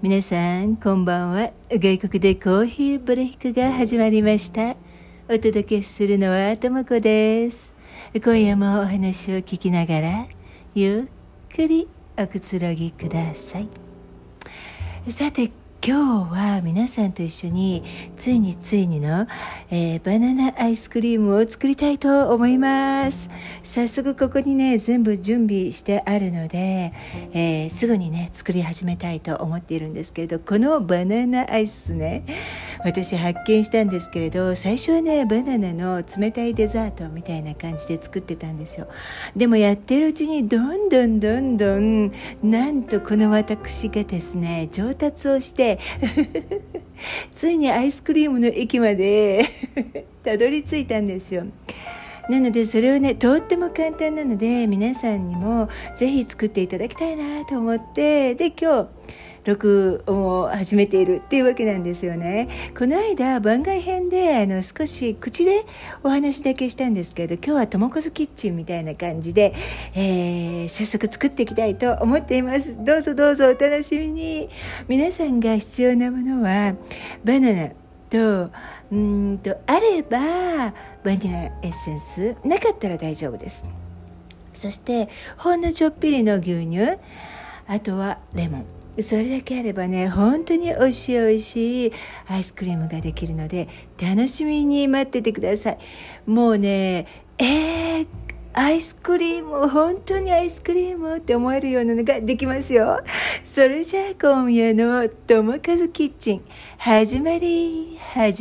皆さんこんばんは。外国でコーヒーブレイクが始まりました。お届けするのはともこです。今夜もお話を聞きながらゆっくりおくつろぎください。さて今日は皆さんと一緒についにの、バナナアイスクリームを作りたいと思います。早速ここにね全部準備してあるので、すぐにね作り始めたいと思っているんですけれど、このバナナアイスね、私発見したんですけれど、最初はねバナナの冷たいデザートみたいな感じで作ってたんですよ。でもやってるうちにどんどんなんとこの私がですね上達をしてついにアイスクリームの域までたどり着いたんですよ。なのでそれをねとっても簡単なので皆さんにもぜひ作っていただきたいなと思って、で今日録音を始めているっていうわけなんですよね。この間番外編で少し口でお話だけしたんですけれど、今日はともこずキッチンみたいな感じで、早速作っていきたいと思っています。どうぞお楽しみに。皆さんが必要なものはバナナとあればバニラエッセンス、なかったら大丈夫です。そしてほんのちょっぴりの牛乳、あとはレモン、それだけあればね本当に美味しいアイスクリームができるので楽しみに待っててください。もうねアイスクリーム、本当にアイスクリームって思えるようなのができますよ。それじゃあ今夜のともかずキッチン始まり。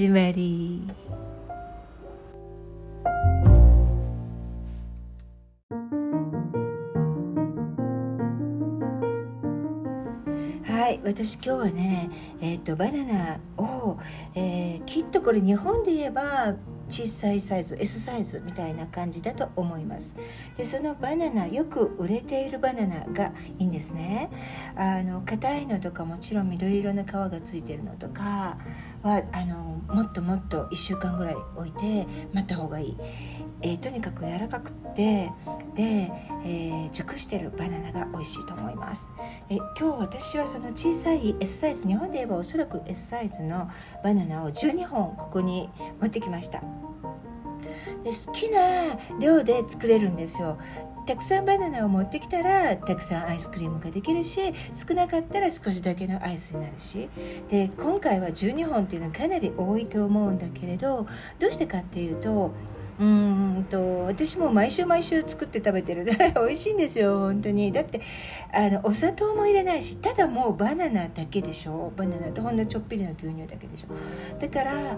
はい、私今日はね、バナナを、きっとこれ日本で言えば小さいサイズ S サイズみたいな感じだと思います。でそのバナナ、よく売れているバナナがいいんですね。硬いのとかもちろん緑色の皮がついてるのとかはもっと1週間ぐらい置いて待った方がいい。とにかく柔らかくってで、熟してるバナナが美味しいと思います。今日私はその小さい S サイズ、日本で言えばおそらく S サイズのバナナを12本ここに持ってきました。で好きな量で作れるんですよ。たくさんバナナを持ってきたらたくさんアイスクリームができるし、少なかったら少しだけのアイスになるし、で今回は12本っていうのはかなり多いと思うんだけれど、どうしてかっていうと私も毎週作って食べてる美味しいんですよ本当に。だってお砂糖も入れないし、ただもうバナナだけでしょ。バナナとほんのちょっぴりの牛乳だけでしょ。だから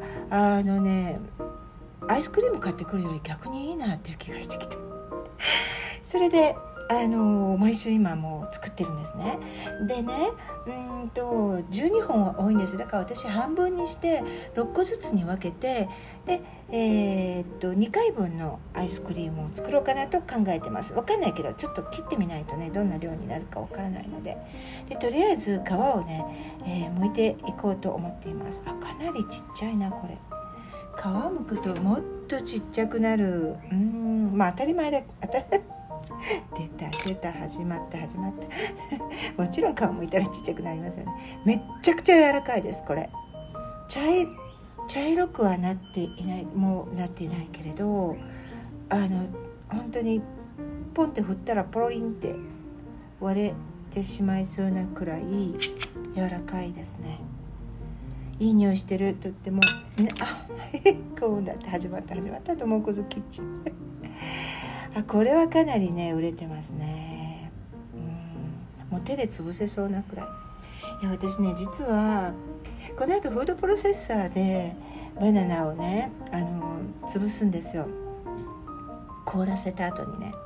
アイスクリーム買ってくるより逆にいいなっていう気がしてきてそれで毎週今もう作ってるんですね。でね12本は多いんです。だから私半分にして6個ずつに分けて、で、2回分のアイスクリームを作ろうかなと考えてます。分かんないけどちょっと切ってみないとねどんな量になるか分からないので、とりあえず皮をね、剥いていこうと思っています。かなりちっちゃいなこれ。皮剥くともっとちっちゃくなる。当たり前だ。出た始まったもちろん皮むいたらちっちゃくなりますよね。めっちゃくちゃ柔らかいです。これ茶色くはなっていない、もうなっていないけれど本当にポンって振ったらポロリンって割れてしまいそうなくらい柔らかいですね。いい匂いしてる。とってもね、こうだって始まったともこずキッチンこれはかなりね売れてますね。もう手で潰せそうなくらい。私ね実はこの後フードプロセッサーでバナナをね潰すんですよ。凍らせた後にね。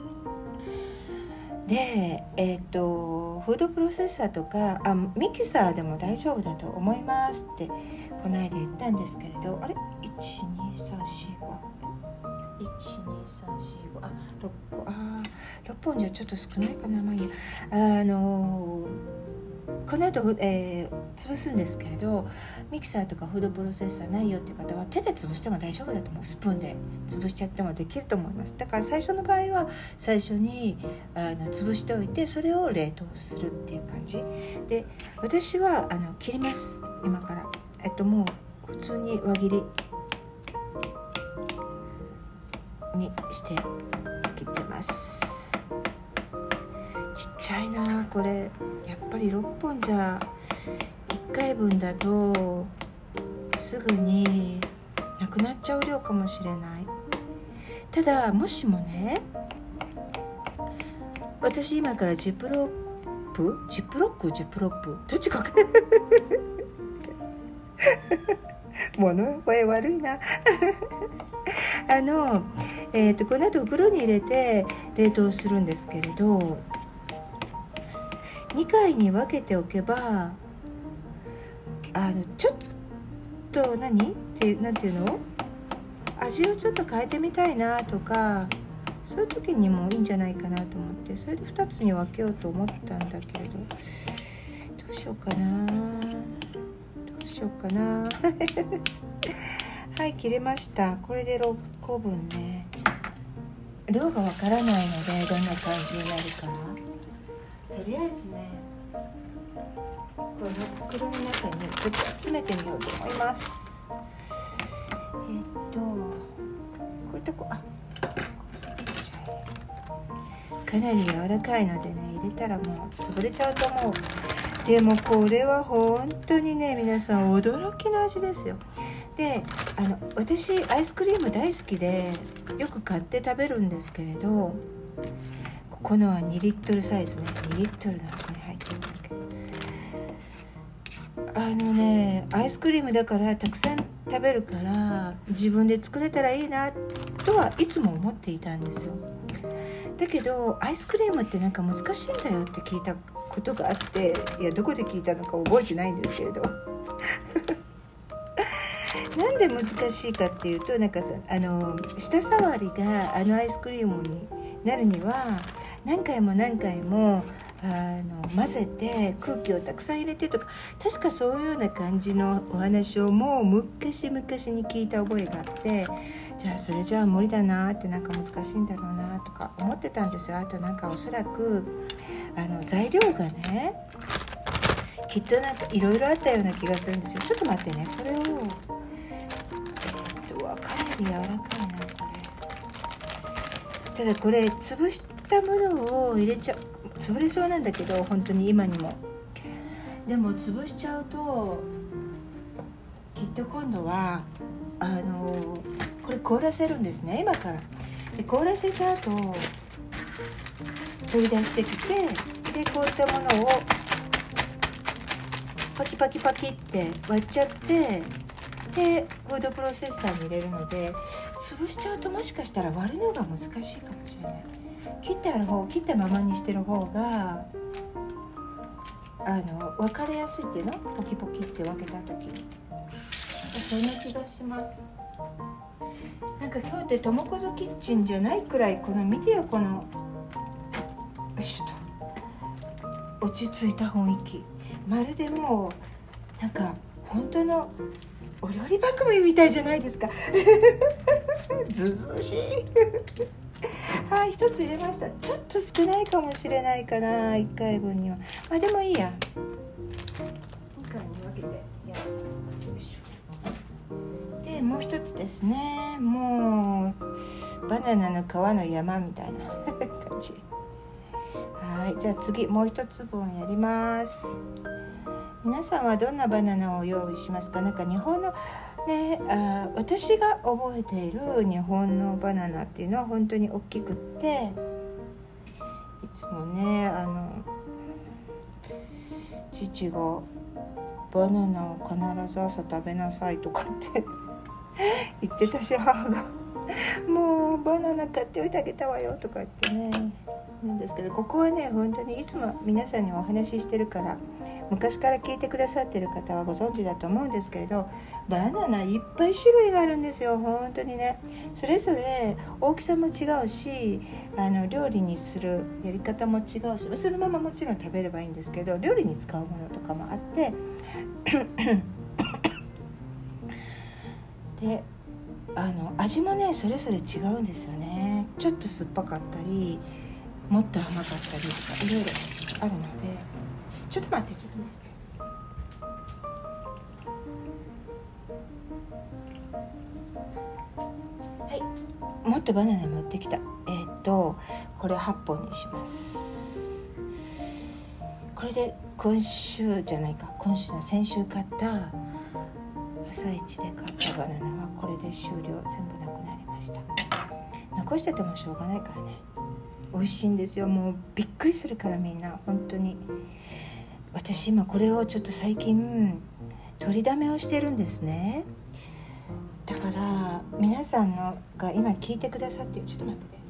でフードプロセッサーとかミキサーでも大丈夫だと思いますってこの間言ったんですけれど、あれ6個6本じゃちょっと少ないかな。まあいいや。 この後、潰すんですけれど、ミキサーとかフードプロセッサーないよっていう方は手で潰しても大丈夫だと思う。スプーンで潰しちゃってもできると思います。だから最初の場合は最初に潰しておいて、それを冷凍するっていう感じで、私は切ります。今からもう普通に輪切りにして切ってます。ちっちゃいなこれ。やっぱり6本じゃ1回分だとすぐになくなっちゃう量かもしれない。ただもしもね、私今からジップロックどっちか物覚え悪いなこの後袋に入れて冷凍するんですけれど、2回に分けておけばちょっとなんていうの、味をちょっと変えてみたいなとか、そういう時にもいいんじゃないかなと思って、それで2つに分けようと思ったんだけれど、どうしようかなはい、切れました。これで6個分ね。量がわからないのでどんな感じになるか、とりあえずね、この袋の中にちょっと詰めてみようと思います。こういうとこかなり柔らかいのでね、入れたらもう潰れちゃうと思う。でもこれは本当にね、皆さん驚きの味ですよ。で私アイスクリーム大好きでよく買って食べるんですけれど、ここのは2リットルサイズね。2リットルの中に入ってるんだけど、アイスクリームだからたくさん食べるから自分で作れたらいいなとはいつも思っていたんですよ。だけどアイスクリームってなんか難しいんだよって聞いたことがあって、いやどこで聞いたのか覚えてないんですけれどなんで難しいかっていうと、なんか舌触りがアイスクリームになるには何回も混ぜて空気をたくさん入れてとか、確かそういうような感じのお話をもう昔に聞いた覚えがあって、それじゃあ無理だなって、なんか難しいんだろうなとか思ってたんですよ。あとなんかおそらく材料がね、きっとなんかいろいろあったような気がするんですよ。ちょっと待ってね、これをかなり柔らかいなこれ。ただこれ潰したものを入れちゃう、潰れそうなんだけど、本当に今にも。でも潰しちゃうときっと今度はこれ凍らせるんですね、今から。で凍らせた後取り出してきて、でこういったものをパキパキって割っちゃって、でフードプロセッサーに入れるので、潰しちゃうともしかしたら割るのが難しいかもしれない。切ったままにしてる方が分かりやすいっていうの、ポキポキって分けた時、そんな気がします。なんか今日ってトモコズキッチンじゃないくらい、この見てよ、このよいしょと落ち着いた雰囲気、まるでもうなんか本当のお料理番組みたいじゃないですかずうずうしいはい、一つ入れました。ちょっと少ないかもしれないかな、1回分には。でもいいや、2回に分けてやる。よいしょ。でもう一つですね、もうバナナの皮の山みたいな感じ。はい、じゃあ次もう一つ分やります。皆さんはどんなバナナを用意しますか？なんか日本のね、私が覚えている日本のバナナっていうのは本当に大きくって、いつもね父がバナナを必ず朝食べなさいとかって言ってたし、母がもうバナナ買っておいてあげたわよとか言ってね、 なんですけど、ここはね本当にいつも皆さんにお話ししてるから、昔から聞いてくださってる方はご存知だと思うんですけれど、バナナいっぱい種類があるんですよ。本当にね、それぞれ大きさも違うし、料理にするやり方も違うし、そのままもちろん食べればいいんですけど、料理に使うものとかもあってで味もねそれぞれ違うんですよね。ちょっと酸っぱかったり、もっと甘かったりとかいろいろあるので、ちょっと待って、はい、もっとバナナ持ってきた。これ8本にします。これで先週の先週買った朝一で買ったバナナはこれで終了、全部なくなりました。残しててもしょうがないからね。美味しいんですよ。もうびっくりするから、みんな本当に。私今これをちょっと最近取りだめをしてるんですね。だから皆さんのが今聞いてくださってる、ちょっと待ってね。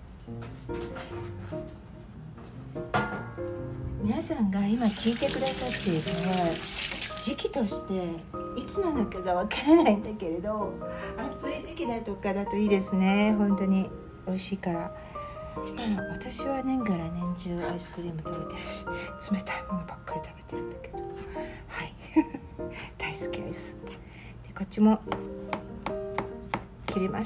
皆さんが今聞いてくださっているのは時期としていつなのかがわからないんだけれど、暑い時期だとかだといいですね。本当に美味しいから。私は年がら年中アイスクリーム食べてるし、冷たいものばっかり食べてるんだけど、はい大好きアイスで、こっちも切ります。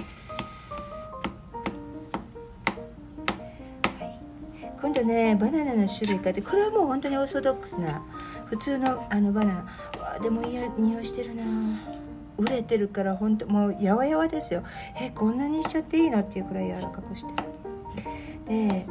今度ねバナナの種類買って、これはもう本当にオーソドックスな普通のバナナ。でもいい匂いしてるな。売れてるから本当もうやわやわですよ。こんなにしちゃっていいのっていうくらい柔らかくしてる。で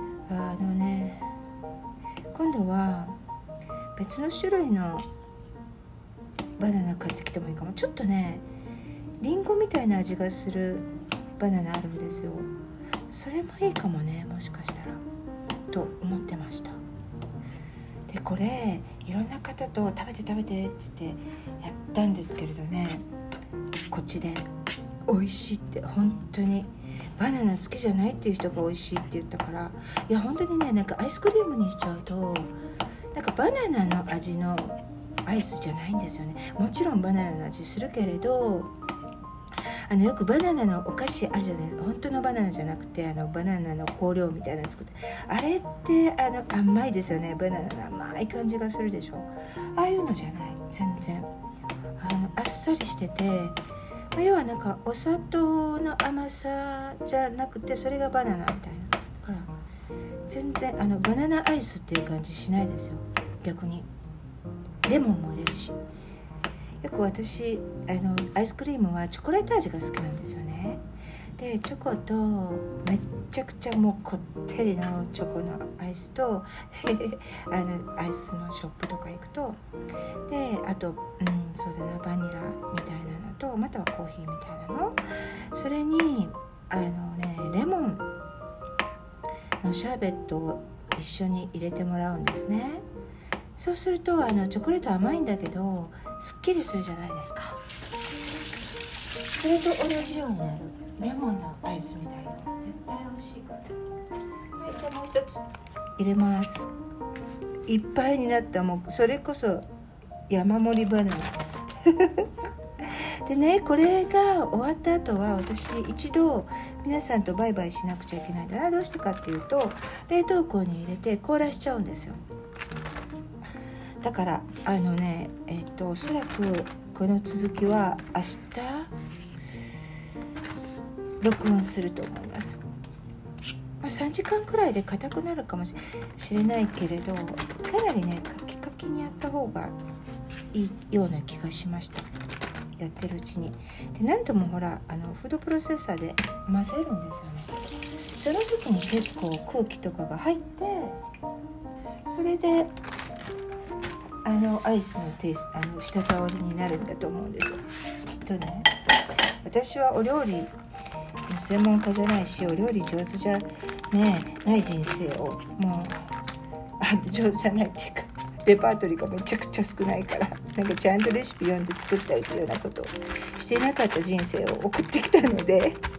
今度は別の種類のバナナ買ってきてもいいかも。ちょっとねリンゴみたいな味がするバナナあるんですよ。それもいいかもね、もしかしたらと思ってました。でこれいろんな方と食べてって言ってやったんですけれどね、こっちで美味しいって、本当にバナナ好きじゃないっていう人が美味しいって言ったから、いや本当にね、なんかアイスクリームにしちゃうとなんかバナナの味のアイスじゃないんですよね。もちろんバナナの味するけれど、よくバナナのお菓子あるじゃないですか。本当のバナナじゃなくてバナナの香料みたいなの作って、あれって甘いですよね。バナナの甘い感じがするでしょ。ああいうのじゃない、全然あっさりしてて、要はなんかお砂糖の甘さじゃなくて、それがバナナみたいなから全然バナナアイスっていう感じしないですよ。逆にレモンも入れるし、よく私アイスクリームはチョコレート味が好きなんですよね。でチョコとめっちゃくちゃもうこってりのチョコのアイスとアイスのショップとか行くと、であと、そうだな、バニラみたいなのと、またはコーヒーみたいなの、それにレモンのシャーベットを一緒に入れてもらうんですね。そうするとチョコレート甘いんだけどすっきりするじゃないですか。それと同じようになるレモンのアイスみたいな、絶対美味しいから。はい、じゃあもう一つ入れます。いっぱいになった、もうそれこそ山盛りバナナでね、これが終わった後は私一度皆さんとバイバイしなくちゃいけないんだな。どうしてかっていうと、冷凍庫に入れて凍らしちゃうんですよ。だからおそらくこの続きは明日録音すると思います。3時間くらいで硬くなるかもしれないけれど、かなりねカキカキにやった方がいいような気がしました、やってるうちに。で何度もほらフードプロセッサーで混ぜるんですよね。その時に結構空気とかが入って、それでアイスのテイスト舌触りになるんだと思うんですよ、きっとね。私はお料理の専門家じゃないし、お料理上手じゃない人生をもう上手じゃないっていうか、レパートリーがめちゃくちゃ少ないから、なんかちゃんとレシピ読んで作ったりというようなことをしてなかった人生を送ってきたので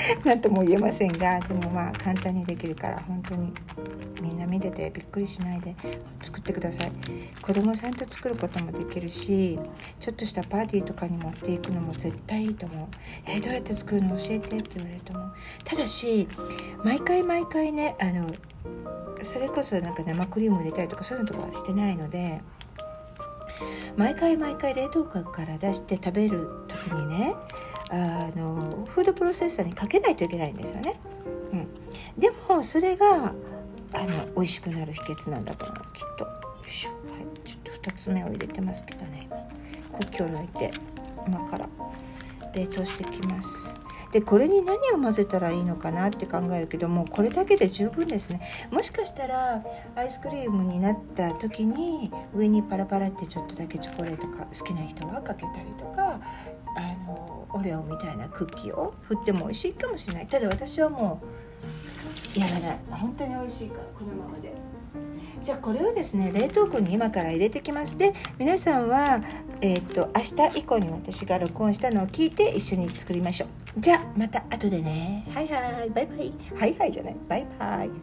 なんとも言えませんが、でもまあ簡単にできるから、本当にみんな見ててびっくりしないで作ってください。子供さんと作ることもできるし、ちょっとしたパーティーとかに持っていくのも絶対いいと思う。どうやって作るの教えてって言われると思う。ただし毎回ね、それこそなんか生クリーム入れたりとかそういうのとかはしてないので、毎回冷凍庫から出して食べる時にね、フードプロセッサーにかけないといけないんですよね。でもそれが美味しくなる秘訣なんだと思う、きっと。よいしょ、はい、ちょっと2つ目を入れてますけどね、今茎を抜いて今から冷凍してきます。でこれに何を混ぜたらいいのかなって考えるけども、これだけで十分ですね。もしかしたらアイスクリームになった時に上にパラパラってちょっとだけチョコレートか好きな人はかけたりとか、オレオみたいなクッキーを振っても美味しいかもしれない。ただ私はもうやらない。本当に美味しいからこのままで。じゃあこれをですね、冷凍庫に今から入れてきます。で皆さんは、明日以降に私が録音したのを聞いて一緒に作りましょう。じゃあまた後でね。はいはいバイバイ。はいはいじゃない、バイバイ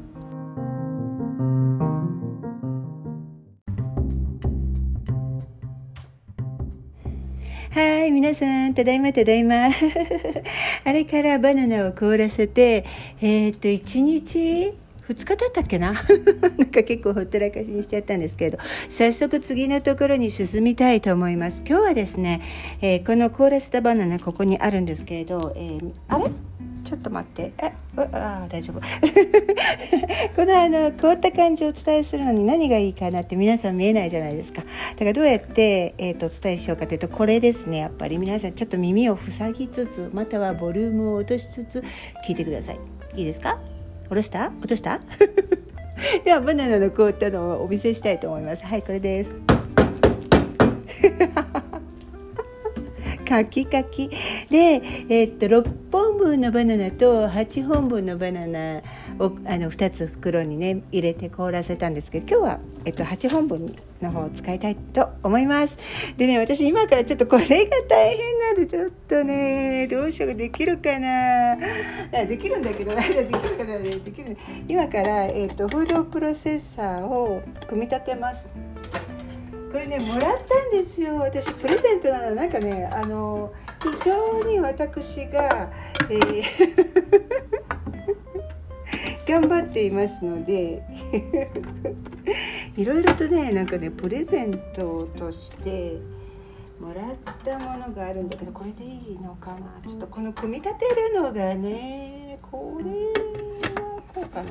はい、皆さん、ただいま。あれからバナナを凍らせて、1日2日経ったっけななんか結構ほったらかしにしちゃったんですけれど、早速次のところに進みたいと思います。今日はですね、この凍らせたバナナここにあるんですけれど、あれちょっと待って、大丈夫この凍った感じをお伝えするのに何がいいかなって皆さん見えないじゃないですか。だからどうやって、お伝えしようかというと、これですね。やっぱり皆さんちょっと耳を塞ぎつつ、またはボリュームを落としつつ聞いてください。いいですか？落としたではバナナの凍ったのをお見せしたいと思います。はい、これですカキで、6本分のバナナと8本分のバナナを2つ袋にね入れて凍らせたんですけど、今日は、8本分の方を使いたいと思います。でね、私今からちょっとこれが大変なんで、ちょっとねどうしよう、できるかな。できるんだけど今から、フードプロセッサーを組み立てます。これねもらったんですよ、私プレゼントなの。なんかね非常に私が、頑張っていますのでいろいろとねなんかねプレゼントとしてもらったものがあるんだけど、これでいいのかな。ちょっとこの組み立てるのがね、これはこうかな。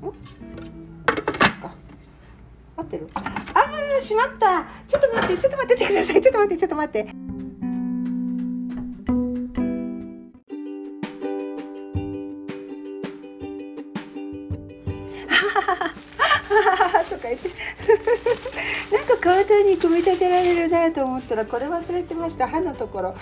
合ってる？しまった。ちょっと待っててください。ちょっと待って。とか言ってなんか簡単に組み立てられるなと思ったら、これ忘れてました。刃のところ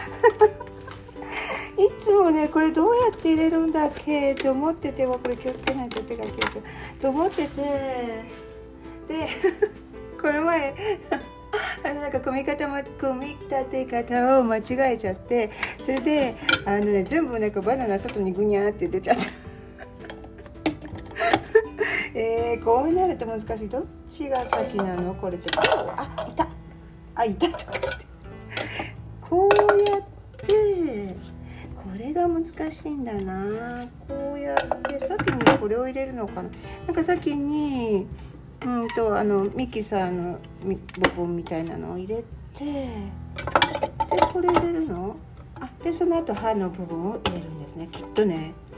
いつもねこれどうやって入れるんだっけって思ってても、これ気をつけないと手が切れちゃうと思ってて、でこの前なんか組み立て方を間違えちゃって、それで全部なんかバナナ外にグニャーって出ちゃったこうなると難しい。どっちが先なのこれって。いたとかってこうやってこれが難しいんだな。こうやって先にこれを入れるのかな。なんか先にミキサーの部分みたいなのを入れて、でこれ入れるの。でその後刃の部分を入れるんですね、きっと。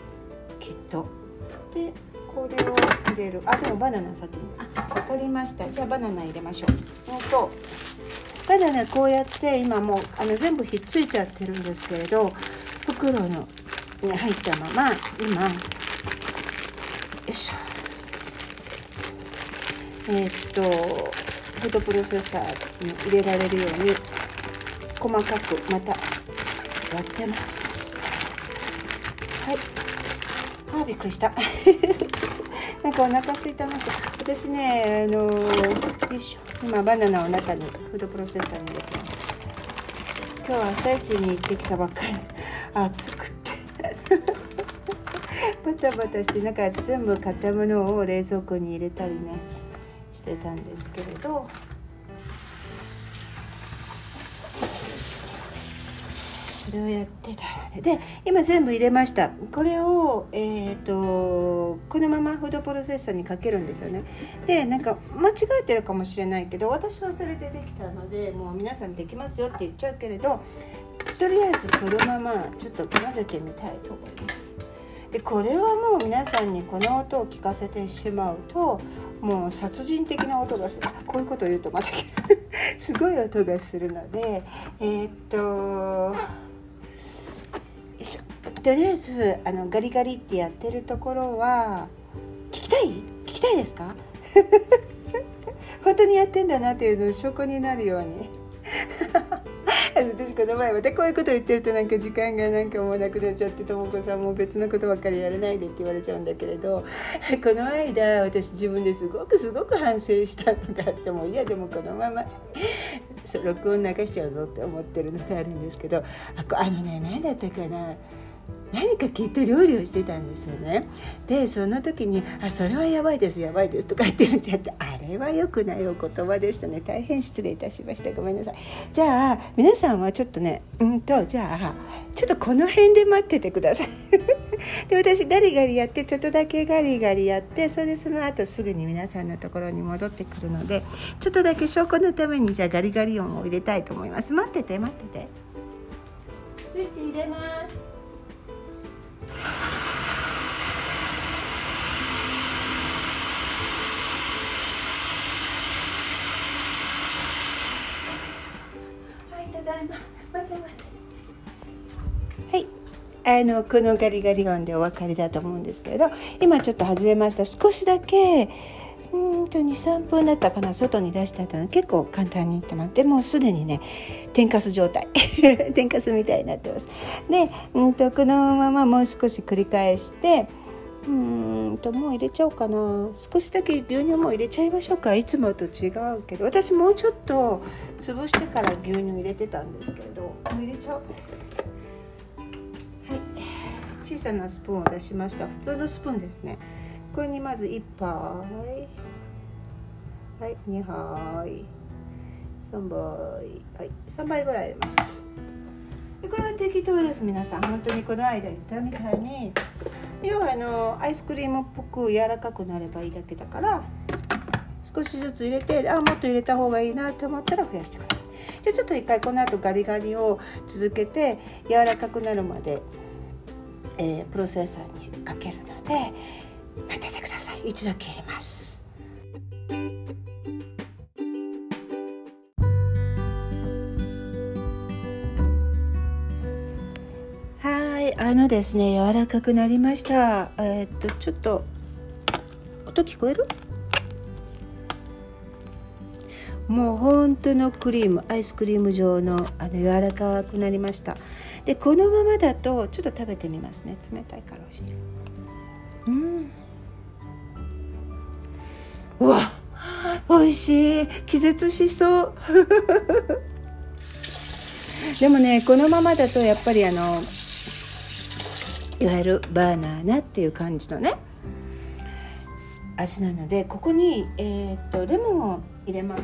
でこれを入れる。でもバナナ先に。わかりました。じゃあバナナ入れましょう。バナナこうやって今もう全部ひっついちゃってるんですけれど、袋に入ったまま今よいしょフードプロセッサーに入れられるように細かくまた割ってます。はい。びっくりしたなんかお腹空いたなって。私ねよいしょ、今バナナを中にフードプロセッサーに入れてます。今日は朝一に行ってきたばっかり。暑くてバタバタしてなんか全部買ったものを冷蔵庫に入れたりねしてたんですけれど、それをやってたので、今全部入れました。これを、このままフードプロセッサーにかけるんですよね。でなんか間違えてるかもしれないけど、私はそれでできたのでもう皆さんできますよって言っちゃうけれど、とりあえずこのままちょっと混ぜてみたいと思います。でこれはもう皆さんにこの音を聞かせてしまうともう殺人的な音がする。こういうことを言うとまたすごい音がするので、とりあえずガリガリってやってるところは聞きたいですか本当にやってんだなっていうの証拠になるように私この前またこういうこと言ってるとなんか時間がなんかもうなくなっちゃって、ともこさんも別のことばっかりやらないでって言われちゃうんだけれど、この間私自分ですごく反省したのがあって、もいやでもこのまま録音流しちゃうぞって思ってるのがあるんですけど、何だったかな、何かきっと料理をしてたんですよね。でその時にそれはやばいですとか言って言っちゃって、あれは良くないお言葉でしたね。大変失礼いたしました。ごめんなさい。じゃあ皆さんはちょっとねじゃあちょっとこの辺で待っててくださいで私ガリガリやってちょっとだけガリガリやって、それでその後すぐに皆さんのところに戻ってくるので、ちょっとだけ証拠のためにじゃあガリガリ音を入れたいと思います。待っててスイッチ入れます。はい、このガリガリ音でお分かりだと思うんですけれど、今ちょっと始めました。少しだけ2、3分だったかな、外に出してたの結構簡単にいってます。でもうすでにね天かす状態天かすみたいになってます。で、このままもう少し繰り返してもう入れちゃおうかな。少しだけ牛乳も入れちゃいましょうか。いつもと違うけど、私もうちょっと潰してから牛乳入れてたんですけれど、もう入れちゃおう。はい、小さなスプーンを出しました。普通のスプーンですね。これにまず1杯、はい、2杯、3杯、はい、3杯ぐらい入れました。でこれは適当です。皆さん本当にこの間言ったみたいに、要はアイスクリームっぽく柔らかくなればいいだけだから、少しずつ入れてもっと入れた方がいいなと思ったら増やしてください。じゃあちょっと一回この後ガリガリを続けて柔らかくなるまで、プロセッサーにかけるので待っててください。一度切ります。ですね、柔らかくなりました。ちょっと音聞こえる？もう本当のクリーム、アイスクリーム状の柔らかくなりました。でこのままだとちょっと食べてみますね。冷たいから美味しい。うわ、美味しい。気絶しそうでもね、このままだとやっぱりいわゆるバーナーナっていう感じのね味なので、ここに、レモンを入れます。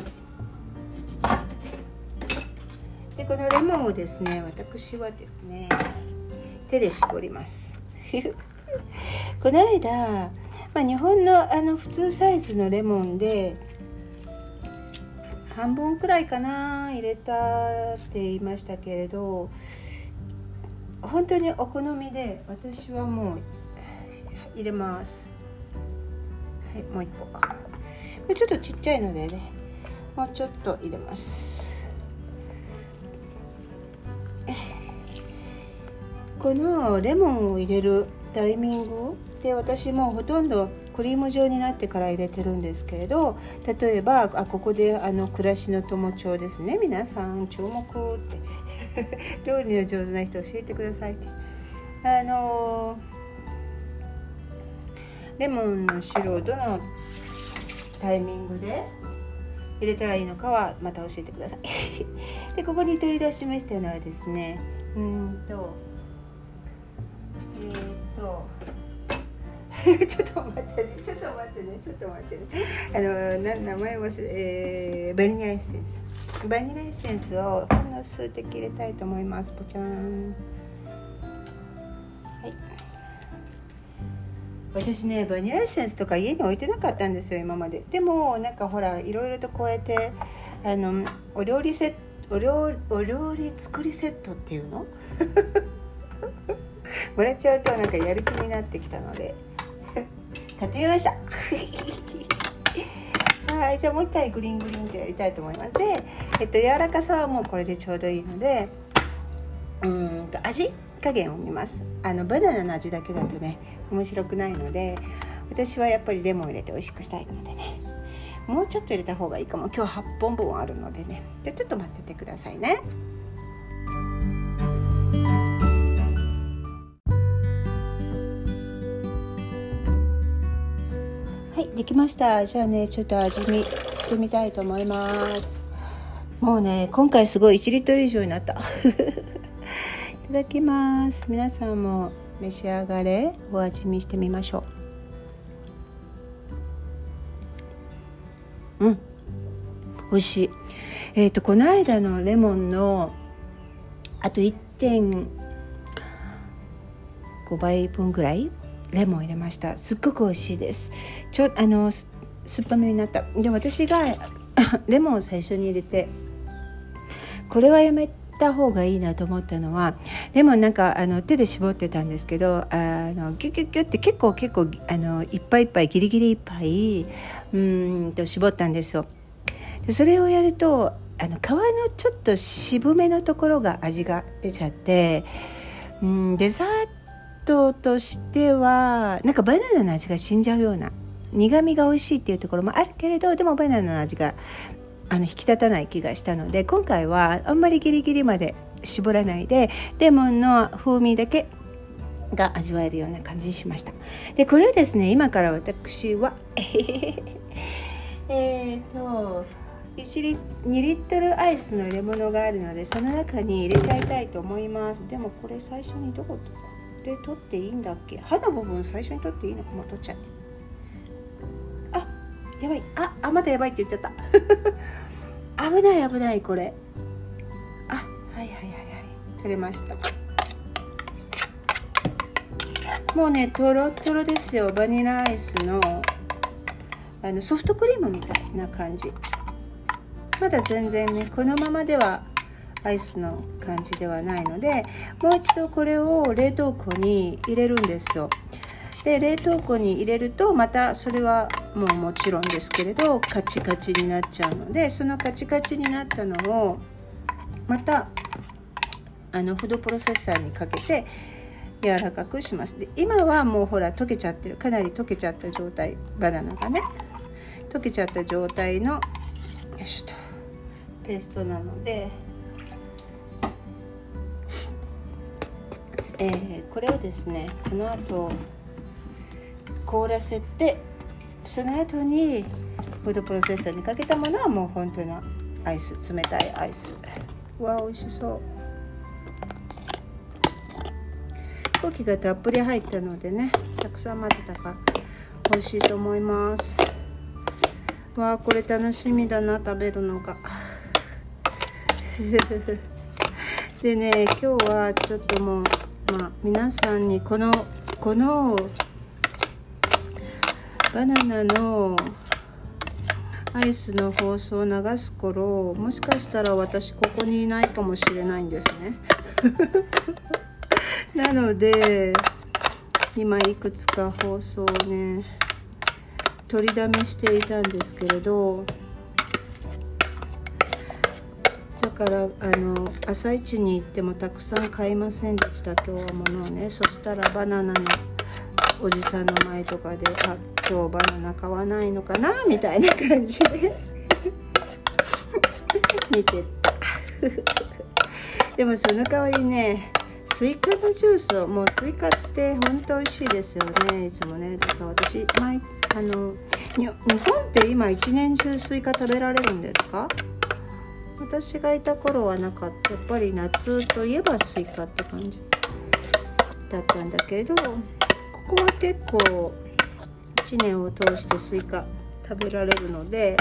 でこのレモンをですね、私はですね手で絞りますこの間、日本の普通サイズのレモンで半分くらいかな入れたって言いましたけれど、本当にお好みで私はもう入れます。はい、もう一個。これちょっとちっちゃいのでね、もうちょっと入れます。このレモンを入れるタイミングで、私もほとんどクリーム状になってから入れてるんですけれど、例えばここで暮らしの友帳ですね。皆さん注目って料理の上手な人教えてくださいって。レモンの汁をどのタイミングで入れたらいいのかはまた教えてくださいでここに取り出しましたのはですね、 ちょっと待ってね、ちょっと待ってね、ちょっと待ってね。名前忘れ、バニラエッセンス。バニラエッセンスをほんの数滴入れたいと思います。ポチャン。はい。私ね、バニラエッセンスとか家に置いてなかったんですよ、今まで。でもなんかほら、いろいろとこうやってお料理作りセットっていうのもらっちゃうとなんかやる気になってきたので買ってみましたはい、じゃあもう一回グリングリンとやりたいと思います。で、柔らかさはもうこれでちょうどいいので、味加減を見ます。バナナの味だけだとね面白くないので、私はやっぱりレモンを入れて美味しくしたいのでね、もうちょっと入れた方がいいかも。今日8本分あるのでね。じゃあちょっと待っててくださいね。はい、できました。じゃあね、ちょっと味見してみたいと思います。もうね、今回すごい1リットル以上になったいただきます。皆さんも召し上がれ。お味見してみましょう。美味しい。この間のレモンのあと 1.5 倍分ぐらいレモン入れました。すっごく美味しいです。酸っぱめになった。で、私がレモンを最初に入れて、これはやめた方がいいなと思ったのは、レモンなんか手で絞ってたんですけど、ギュギュギュって結構いっぱいいっぱいギリギリいっぱい絞ったんですよ。でそれをやると皮のちょっと渋めのところが味が出ちゃって、デザートとしてはなんかバナナの味が死んじゃうような、苦味が美味しいっていうところもあるけれど、でもバナナの味が引き立たない気がしたので、今回はあんまりギリギリまで絞らないでレモンの風味だけが味わえるような感じにしました。でこれをですね、今から私は2リットルアイスの入れ物があるので、その中に入れちゃいたいと思います。でもこれ最初にどこで取っていいんだっけ。歯の部分最初に取っていいのか。もう取っちゃう。やばい。まだやばいって言っちゃった危ないこれ。はい取れました。もうね、トロトロですよ。バニラアイスのソフトクリームみたいな感じ。まだ全然ね、このままではアイスの感じではないので、もう一度これを冷凍庫に入れるんですよ。で冷凍庫に入れるとまたそれはもちろんですけれどカチカチになっちゃうので、そのカチカチになったのをまたフードプロセッサーにかけて柔らかくします。で今はもうほら溶けちゃってる、かなり溶けちゃった状態、バナナがね溶けちゃった状態のペーストなので、これをですね、この後凍らせて、その後にフードプロセッサーにかけたものはもう本当のアイス、冷たいアイス。わあ、美味しそう。空気がたっぷり入ったのでね、たくさん混ぜたから美味しいと思います。わあ、これ楽しみだな、食べるのがでね、今日はちょっともう、皆さんにこのバナナのアイスの放送を流す頃、もしかしたら私ここにいないかもしれないんですねなので今いくつか放送をね取りだめしていたんですけれど、だから朝市に行ってもたくさん買いませんでした、今日はものをね。そしたらバナナのおじさんの前とかで今日バナナ買わないのかなみたいな感じで見てたでもその代わりね、スイカのジュースを、もうスイカって本当美味しいですよね、いつもね。だから私日本って今一年中スイカ食べられるんですか？私がいた頃はなかった。やっぱり夏といえばスイカって感じだったんだけれど、ここは結構 1年を通してスイカ食べられるので、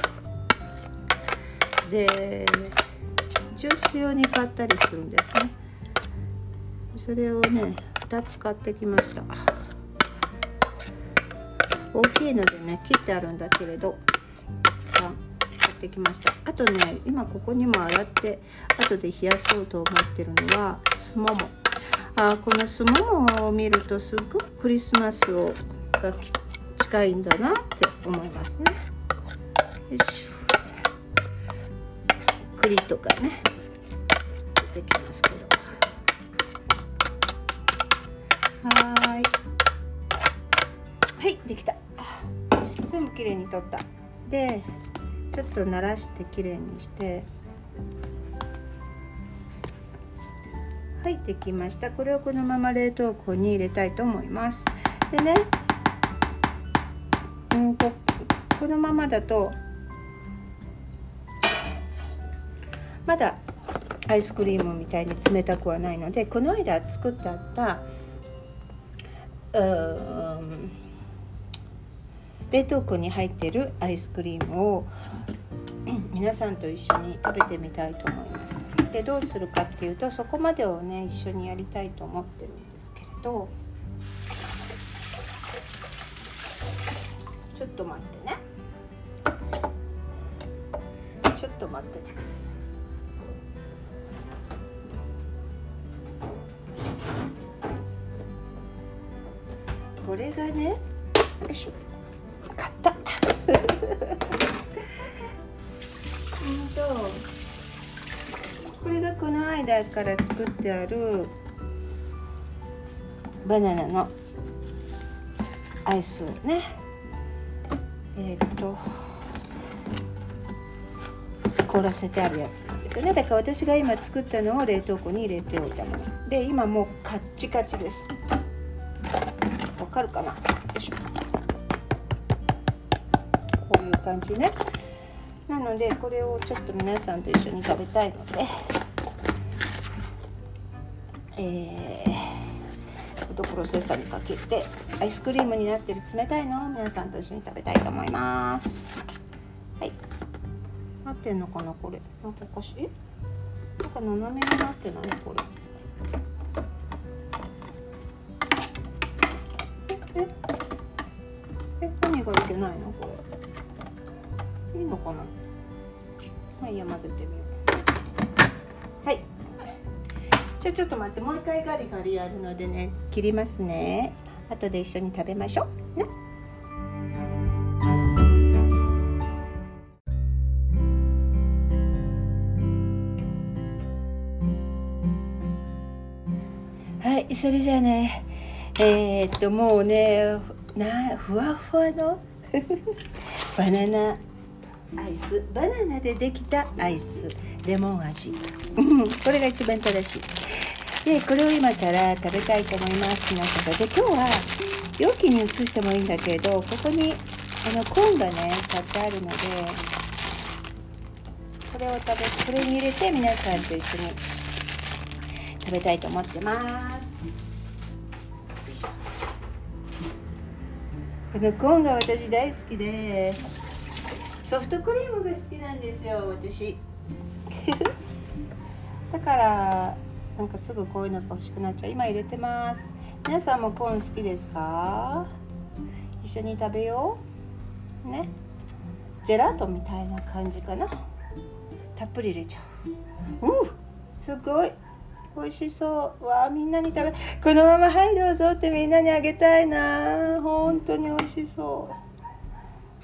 ジュース用に買ったりするんですね。それをね2つ買ってきました。大きいのでね切ってあるんだけれど3買ってきました。あとね今ここにも洗って後で冷やそうと思ってるのはすもも。このすももを見るとすっごくクリスマスが近いんだなって思いますね。よいしょ。栗とかね出てきますけど、はいできた。全部きれいに取った。でちょっと慣らしてきれいにして、はいできました。これをこのまま冷凍庫に入れたいと思います。でね、このままだとまだアイスクリームみたいに冷たくはないので、この間作ってあった冷凍庫に入っているアイスクリームを皆さんと一緒に食べてみたいと思います。でどうするかっていうと、そこまでをね一緒にやりたいと思ってるんですけれど、ちょっと待ってね、ちょっと待っててください。これがね、よいしょ、買ったこれがこの間から作ってあるバナナのアイスをね、凍らせてあるやつなんですよね。だから私が今作ったのを冷凍庫に入れておいたもので、今もうカッチカチです。わかるかな。よいしょ。こういう感じね。なのでこれをちょっと皆さんと一緒に食べたいので、フードプロセッサーにかけてアイスクリームになってる冷たいのを皆さんと一緒に食べたいと思います。はい。なってんのかなこれ。なんかおかしい？なんか斜めになってないこれ。何がいけないのこれ。いいのかな。まあいいや、混ぜてみよう。はい。じゃあちょっと待って、もう一回ガリガリやるのでね、切りますね。後で一緒に食べましょうね。はい、それじゃあね、もうね、ふわふわのバナナアイス、バナナでできたアイス、レモン味これが一番正しい。でこれを今から食べたいと思います。皆さんで今日は容器に移してもいいんだけど、ここにコーンがね買ってあるので、これに入れて皆さんと一緒に食べたいと思ってます。このコーンが私大好きで、ソフトクリームが好きなんですよ私だからなんかすぐこういうのが欲しくなっちゃう。今入れてます。皆さんもコーン好きですか？一緒に食べようね。ジェラートみたいな感じかな。たっぷり入れちゃう。すごい美味しそう。わあ、みんなにこのままはいどうぞってみんなにあげたいな。本当に美味しそう。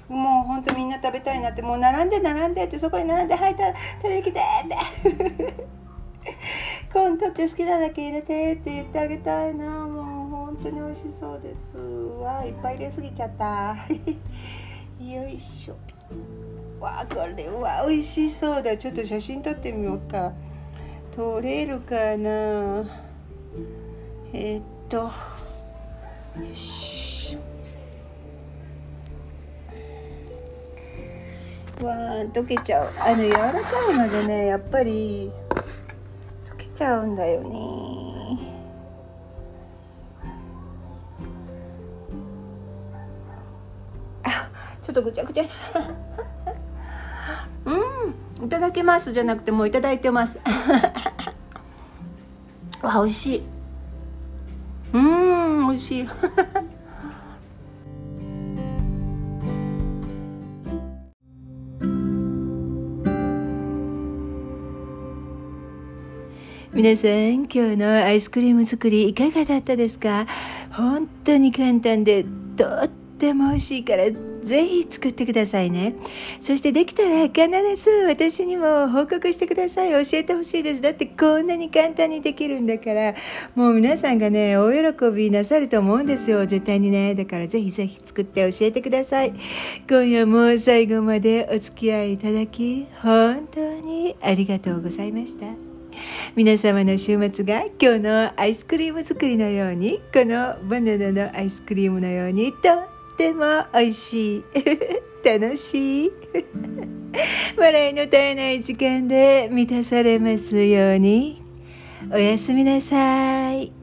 もう本当みんな食べたいなって、もう並んでって、そこに並んで、はい、食べてきてってコーン取って好きなだけ入れてって言ってあげたいな。もう本当に美味しそうです。わあ、いっぱい入れすぎちゃったよいしょ。わあ、これは美味しそうだ。ちょっと写真撮ってみようか。撮れるかな。よし。わあ、溶けちゃう。柔らかいのでね、やっぱり溶けちゃうんだよね。 ちょっとぐちゃぐちゃいただけますじゃなくてもういただいてますわ、美味しい。美味しい皆さん、今日のアイスクリーム作りいかがだったですか？本当に簡単でとっても美味しいからぜひ作ってくださいね。そしてできたら必ず私にも報告してください。教えてほしいです。だってこんなに簡単にできるんだから、もう皆さんがね大喜びなさると思うんですよ、絶対にね。だからぜひぜひ作って教えてください。今夜も最後までお付き合いいただき本当にありがとうございました。皆様の週末が今日のアイスクリーム作りのように、このバナナのアイスクリームのようにとっても美味しい楽しい笑いの絶えない時間で満たされますように。おやすみなさい。